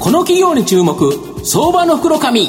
この企業に注目、相場の福の神。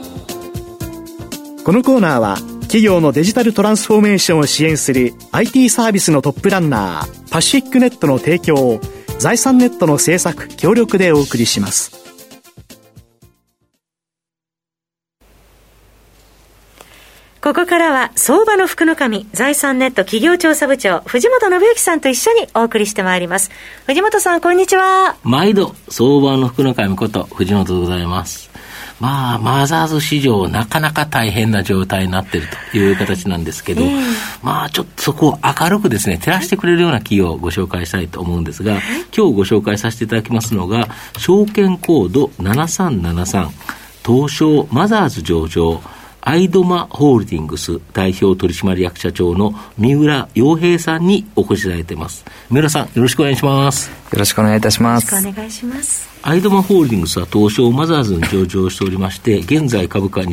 このコーナーは企業のデジタルトランスフォーメーションを支援する IT サービスのトップランナーパシフィックネットの提供を財産ネットの制作協力でお送りします。 ここからは相場の福の神、財産ネット企業調査部長藤本信之さんと一緒にお送りしてまいります。藤本さん、こんにちは。 毎度相場の福の神こと藤本でございます。マザーズ市場なかなか大変な状態になっているという形なんですけど、ちょっとそこを明るくですね照らしてくれるような企業をご紹介したいと思うんですが、今日ご紹介させていただきますのが証券コード7373東証マザーズ上場アイドマホールディングス代表取締役社長の三浦洋平さんにお越しいただいています。三浦さん、よろしくお願いします。 よろしくお願いいたします。 よろしくお願いします。 アイドマホールディングスは東証マザーズに上場しておりまして、現在株価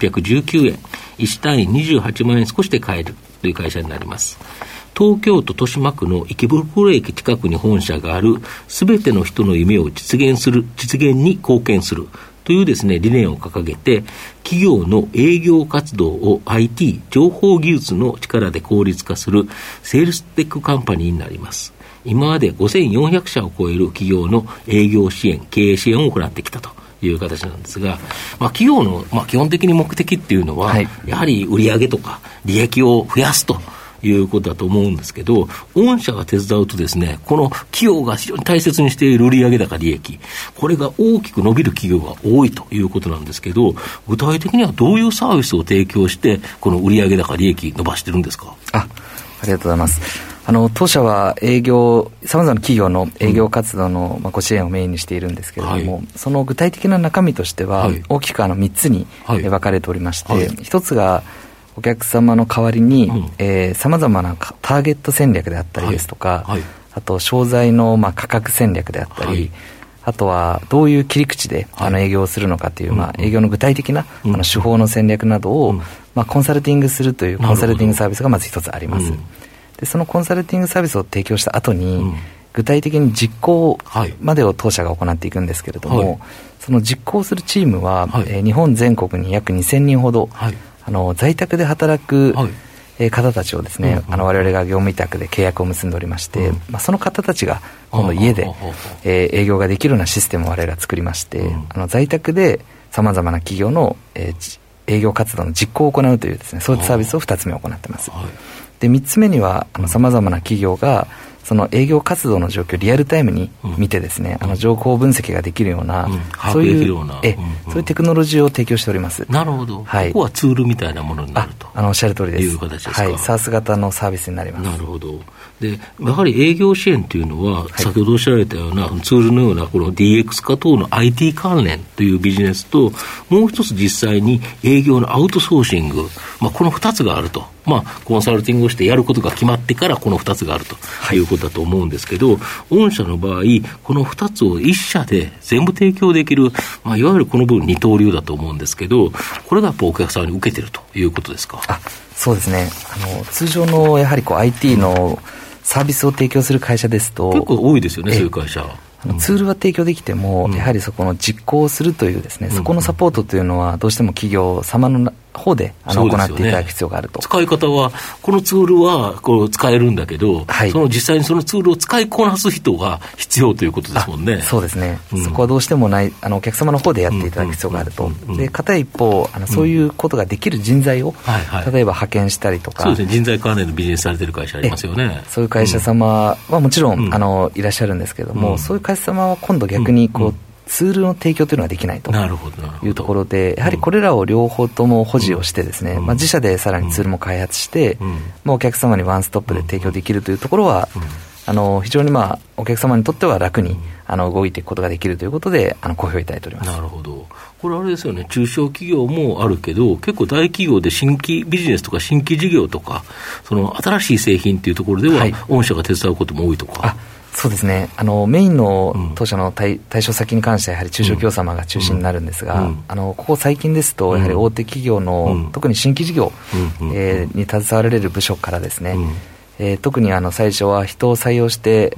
2819円、1単位28万円少しで買えるという会社になります。東京都豊島区の池袋駅近くに本社がある、すべての人の夢を実現に貢献するというですね理念を掲げて、企業の営業活動を IT 情報技術の力で効率化するセールステックカンパニーになります。今まで5400社を超える企業の営業支援、経営支援を行ってきたという形なんですが、企業の基本的に目的っていうのは、やはり売上とか利益を増やすということだと思うんですけど、御社が手伝うとですね、この企業が非常に大切にしている売上高利益、これが大きく伸びる企業が多いということなんですけど、具体的にはどういうサービスを提供してこの売上高利益伸ばしてるんですか？ ありがとうございます。当社は様々な企業の営業活動のご支援をメインにしているんですけれども、その具体的な中身としては、大きく3つに分かれておりまして、1つがお客様の代わりに様々なターゲット戦略であったりですとか、あと商材の価格戦略であったり、あとはどういう切り口で営業をするのかという営業の具体的な手法の戦略などをコンサルティングするというコンサルティングサービスがまず一つあります。でそのコンサルティングサービスを提供した後に、具体的に実行までを当社が行っていくんですけれども、その実行するチームは日本全国に約2000人ほど在宅で働く方たちをですね、我々が業務委託で契約を結んでおりまして、その方たちが今度家で営業ができるようなシステムを我々が作りまして、在宅でさまざまな企業の営業活動の実行を行うというですね、そういったサービスを2つ目行っています。で3つ目にはさまざまな企業がその営業活動の状況をリアルタイムに見てですね、情報分析ができるような、そういうテクノロジーを提供しております。 なるほど、ここはツールみたいなものになるとおっしゃる通りです。 いう形ですか。 SaaS 型のサービスになります。 なるほど。でやはり営業支援というのは、先ほどおっしゃられたようなツールのようなこの DX 化等の IT 関連というビジネスと、もう一つ実際に営業のアウトソーシング、この2つがあると、コンサルティングをしてやることが決まってからこの2つがあるということだと思うんですけど、御社の場合この2つを1社で全部提供できる、いわゆるこの部分二刀流だと思うんですけど、これがやっぱお客さんに受けてるということですか？ そうですね。通常のやはりIT のサービスを提供する会社ですと結構多いですよね、そういう会社。 ツールは提供できても、やはりそこの実行するというですね、そこのサポートというのはどうしても企業様の方で行っていただく必要があると。 使い方はこのツールはこう使えるんだけど、その実際にそのツールを使いこなす人が必要ということですもんね。 そうですね、そこはどうしてもないお客様の方でやっていただく必要があると。で片一方そういうことができる人材を、例えば派遣したりとか、 そうですね、人材関連のビジネスされてる会社ありますよね。 そういう会社様はもちろん、いらっしゃるんですけれども、そういう会社様は今度逆にツールの提供というのはできないというところで、やはりこれらを両方とも保持をしてですね、自社でさらにツールも開発して、お客様にワンストップで提供できるというところは、非常にお客様にとっては楽に動いていくことができるということで好評いただいております。 なるほど。これあれですよね、中小企業もあるけど、結構大企業で新規ビジネスとか新規事業とか、その新しい製品というところでは、御社が手伝うことも多いとか。 そうですね、メインの当社の対象先に関してはやはり中小企業様が中心になるんですが、ここ最近ですとやはり大手企業の、特に新規事業、に携わられる部署からですね、特に最初は人を採用して、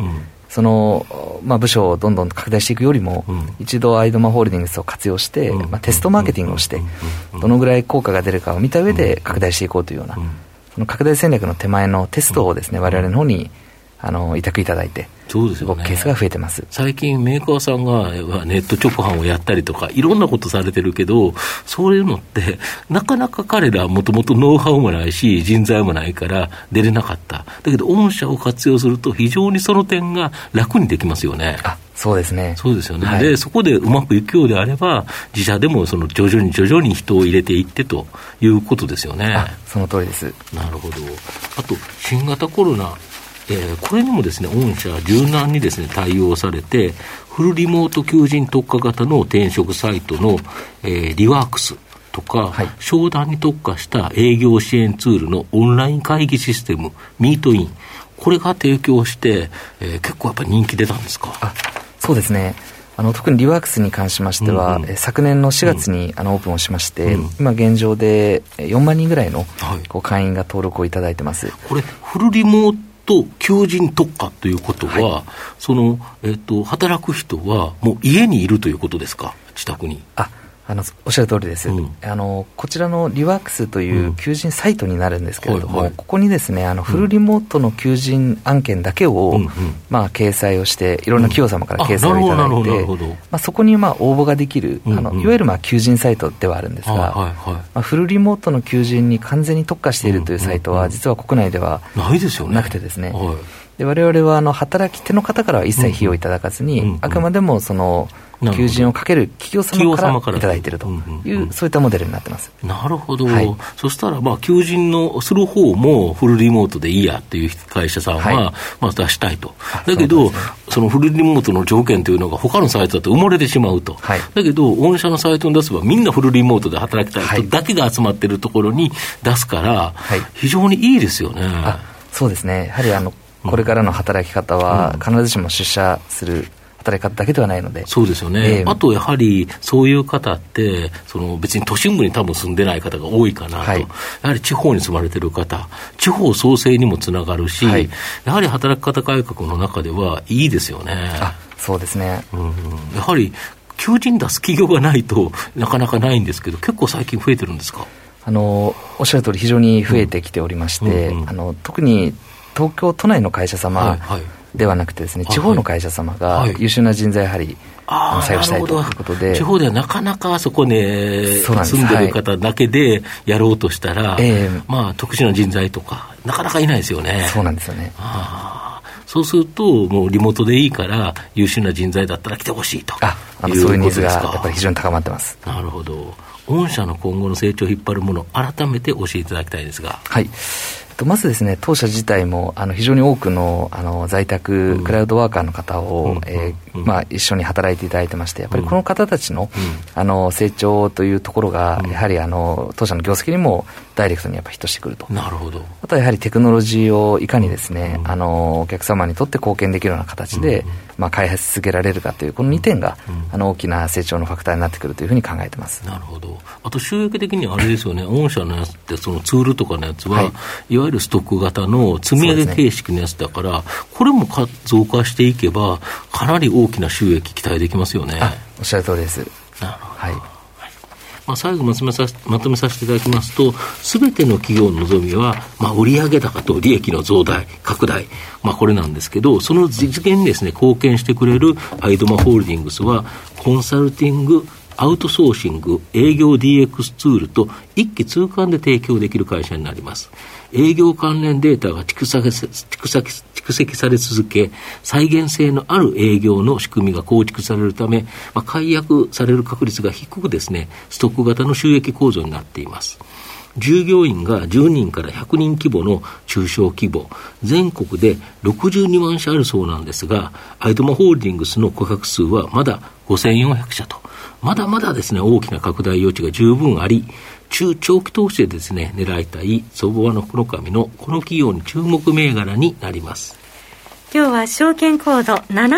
その、部署をどんどん拡大していくよりも、一度アイドマホールディングスを活用して、テストマーケティングをして、どのぐらい効果が出るかを見た上で拡大していこうというような、その拡大戦略の手前のテストをですね、我々の方に委託いただいて、 そうですよね、 ケースが増えてます。 最近メーカーさんがネット直販をやったりとかいろんなことされてるけど、そういうのってなかなか彼らもともとノウハウもないし人材もないから出れなかった。だけど御社を活用すると非常にその点が楽にできますよね。 そうですね。 そうですよね、はい、でそこでうまくいくようであれば自社でもその徐々に人を入れていってということですよね。 その通りです。 なるほど。あと新型コロナ、これにもですね、御社柔軟にですね対応されて、フルリモート求人特化型の転職サイトの、リワークスとか、はい、商談に特化した営業支援ツールのオンライン会議システムミートイン、これが提供して、結構やっぱり人気出たんですか？ そうですね。特にリワークスに関しましては、昨年の4月にオープンをしまして、今現状で4万人ぐらいの、会員が登録をいただいてます。 これフルリモート求人特化ということは、その、働く人はもう家にいるということですか？自宅に。 おっしゃる通りです、こちらのリワークスという求人サイトになるんですけれども、ここにですねフルリモートの求人案件だけを、掲載をしていろんな企業様から掲載をいただいて、そこに応募ができる、いわゆる求人サイトではあるんですが、フルリモートの求人に完全に特化しているというサイトは、実は国内ではなくてですね、で我々は働き手の方からは一切費用いただかずに、あくまでもその求人をかける企業様からいただいているという、そういったモデルになってます。 なるほど、そしたら求人のする方もフルリモートでいいやっていう会社さんは、出したいと。だけど そのフルリモートの条件というのが他のサイトだと埋もれてしまうと、だけど御社のサイトに出せばみんなフルリモートで働きたい人だけが集まっているところに出すから、非常にいいですよね。 そうですね。やはりこれからの働き方は必ずしも出社する働き方だけではないので。 そうですよね、あとやはりそういう方って別に都心部に多分住んでない方が多いかなと、やはり地方に住まれている方、地方創生にもつながるし、やはり働き方改革の中ではいいですよね。 そうですね、 やはり求人出す企業がないとなかなかないんですけど、結構最近増えてるんですか？ おっしゃる通り非常に増えてきておりまして、特に東京都内の会社様ではなくてですね、地方の会社様が優秀な人材やはり採用したいということで、 地方ではなかなかそこに住んでる方だけでやろうとしたら、特殊な人材とかなかなかいないですよね。 そうなんですよね。 そうするともうリモートでいいから優秀な人材だったら来てほしいというそういうニーズがやっぱり非常に高まってます。 なるほど。御社の今後の成長を引っ張るものを改めて教えていただきたいですが。 まずですね、当社自体も非常に多くの在宅クラウドワーカーの方を一緒に働いていただいてまして、やっぱりこの方たちの成長というところがやはり当社の業績にもダイレクトにやっぱヒットしてくると。 なるほど。 あとはやはりテクノロジーをいかにですねお客様にとって貢献できるような形で開発し続けられるかというこの2点が大きな成長のファクターになってくるというふうに考えてます。 なるほど。あと収益的にはあれですよね、御社のやつってそのツールとかのやつは、いわゆるストック型の積み上げ形式のやつだから、これも増加していけばかなり大きな収益期待できますよね。 おっしゃる通りです。 なるほど。最後まとめさせていただきますと、すべての企業の望みは、売上高と利益の増大拡大、これなんですけど、その実現にですね貢献してくれるアイドマホールディングスはコンサルティング、アウトソーシング、営業 DX ツールと一気通貫で提供できる会社になります。営業関連データが蓄積され続け、再現性のある営業の仕組みが構築されるため、解約される確率が低くですね、ストック型の収益構造になっています。従業員が10人から100人規模の中小規模、全国で62万社あるそうなんですが、アイドマホールディングスの顧客数はまだ5400社と、まだまだですね大きな拡大余地が十分あり、中長期投資でですね狙いたい相場の福の神のこの企業に注目銘柄になります。 今日は証券コード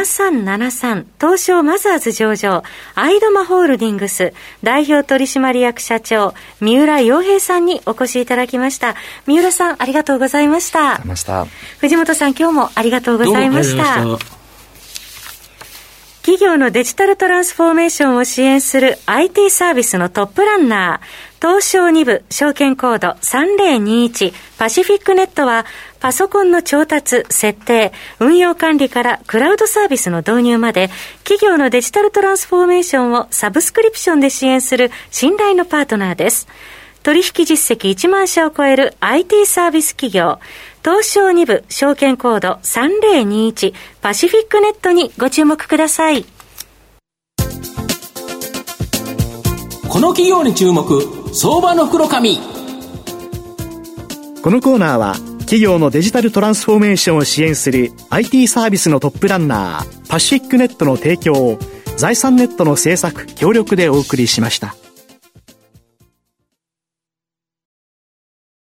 7373東証マザーズ上場アイドマホールディングス代表取締役社長三浦洋平さんにお越しいただきました。三浦さんありがとうございました。 藤本さん今日もありがとうございました。 企業のデジタルトランスフォーメーションを支援する IT サービスのトップランナー、東証2部証券コード3021パシフィックネットは、パソコンの調達、設定、運用管理からクラウドサービスの導入まで、企業のデジタルトランスフォーメーションをサブスクリプションで支援する信頼のパートナーです。取引実績1万社を超える IT サービス企業、東証2部証券コード3021パシフィックネットにご注目ください。 この企業に注目、相場の袋紙。 このコーナーは企業のデジタルトランスフォーメーションを支援する IT サービスのトップランナーパシフィックネットの提供を財産ネットの制作協力でお送りしました。